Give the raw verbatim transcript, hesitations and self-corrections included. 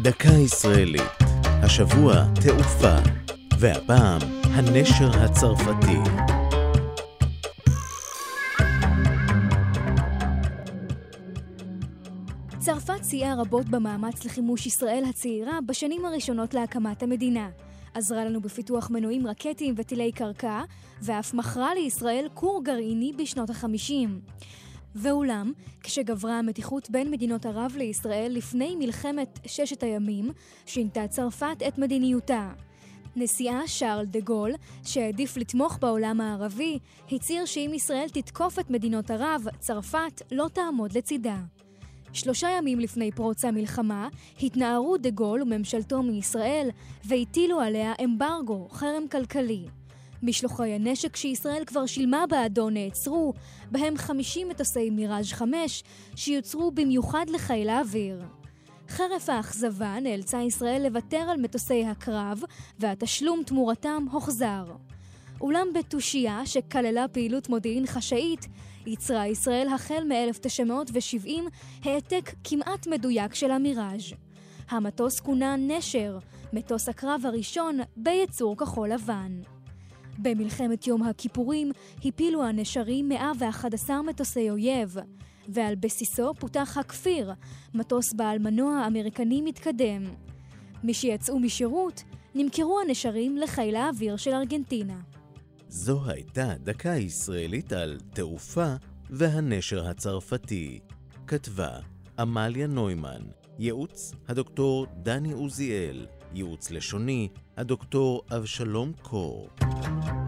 דקה ישראלית, השבוע תעופה, והפעם הנשר הצרפתי. צרפת סייעה רבות במאמץ לחימוש ישראל הצעירה בשנים הראשונות להקמת המדינה. עזרה לנו בפיתוח מנועים רקטיים וטילי קרקע, ואף מכרה לישראל כור גרעיני בשנות החמישים. ואולם, כשגברה המתיחות בין מדינות ערב לישראל לפני מלחמת ששת הימים, שינתה צרפת את מדיניותה. נשיאה שארל דה גול, שהעדיף לתמוך בעולם הערבי, הצהיר שאם ישראל תתקוף את מדינות ערב, צרפת לא תעמוד לצידה. שלושה ימים לפני פרוץ המלחמה, התנערו דה גול וממשלתו מישראל, והטילו עליה אמברגו, חרם כלכלי. משלוחי הנשק שישראל כבר שילמה בעדו נעצרו, בהם חמישים מטוסי מיראז' חמש, שיוצרו במיוחד לחיל האוויר. חרף האכזבה נאלצה ישראל לוותר על מטוסי הקרב, והתשלום תמורתם הוחזר. אולם בתושייה שכללה פעילות מודיעין חשאית, יצרה ישראל החל מ-אלף תשע מאות שבעים העתק כמעט מדויק של המיראז'. המטוס כונה נשר, מטוס הקרב הראשון ביצור כחול לבן. במלחמת יום הכיפורים הפילו הנשרים מאה ואחד עשר מטוסי אויב, ועל בסיסו פותח הכפיר, מטוס בעל מנוע אמריקני מתקדם. משיצאו משירות, נמכרו הנשרים לחיל האוויר של ארגנטינה. זו הייתה דקה ישראלית על תעופה והנשר הצרפתי. כתבה אמליה נוימן, ייעוץ הדוקטור דני עוזיאל, ייעוץ לשוני הדוקטור אבשלום קור.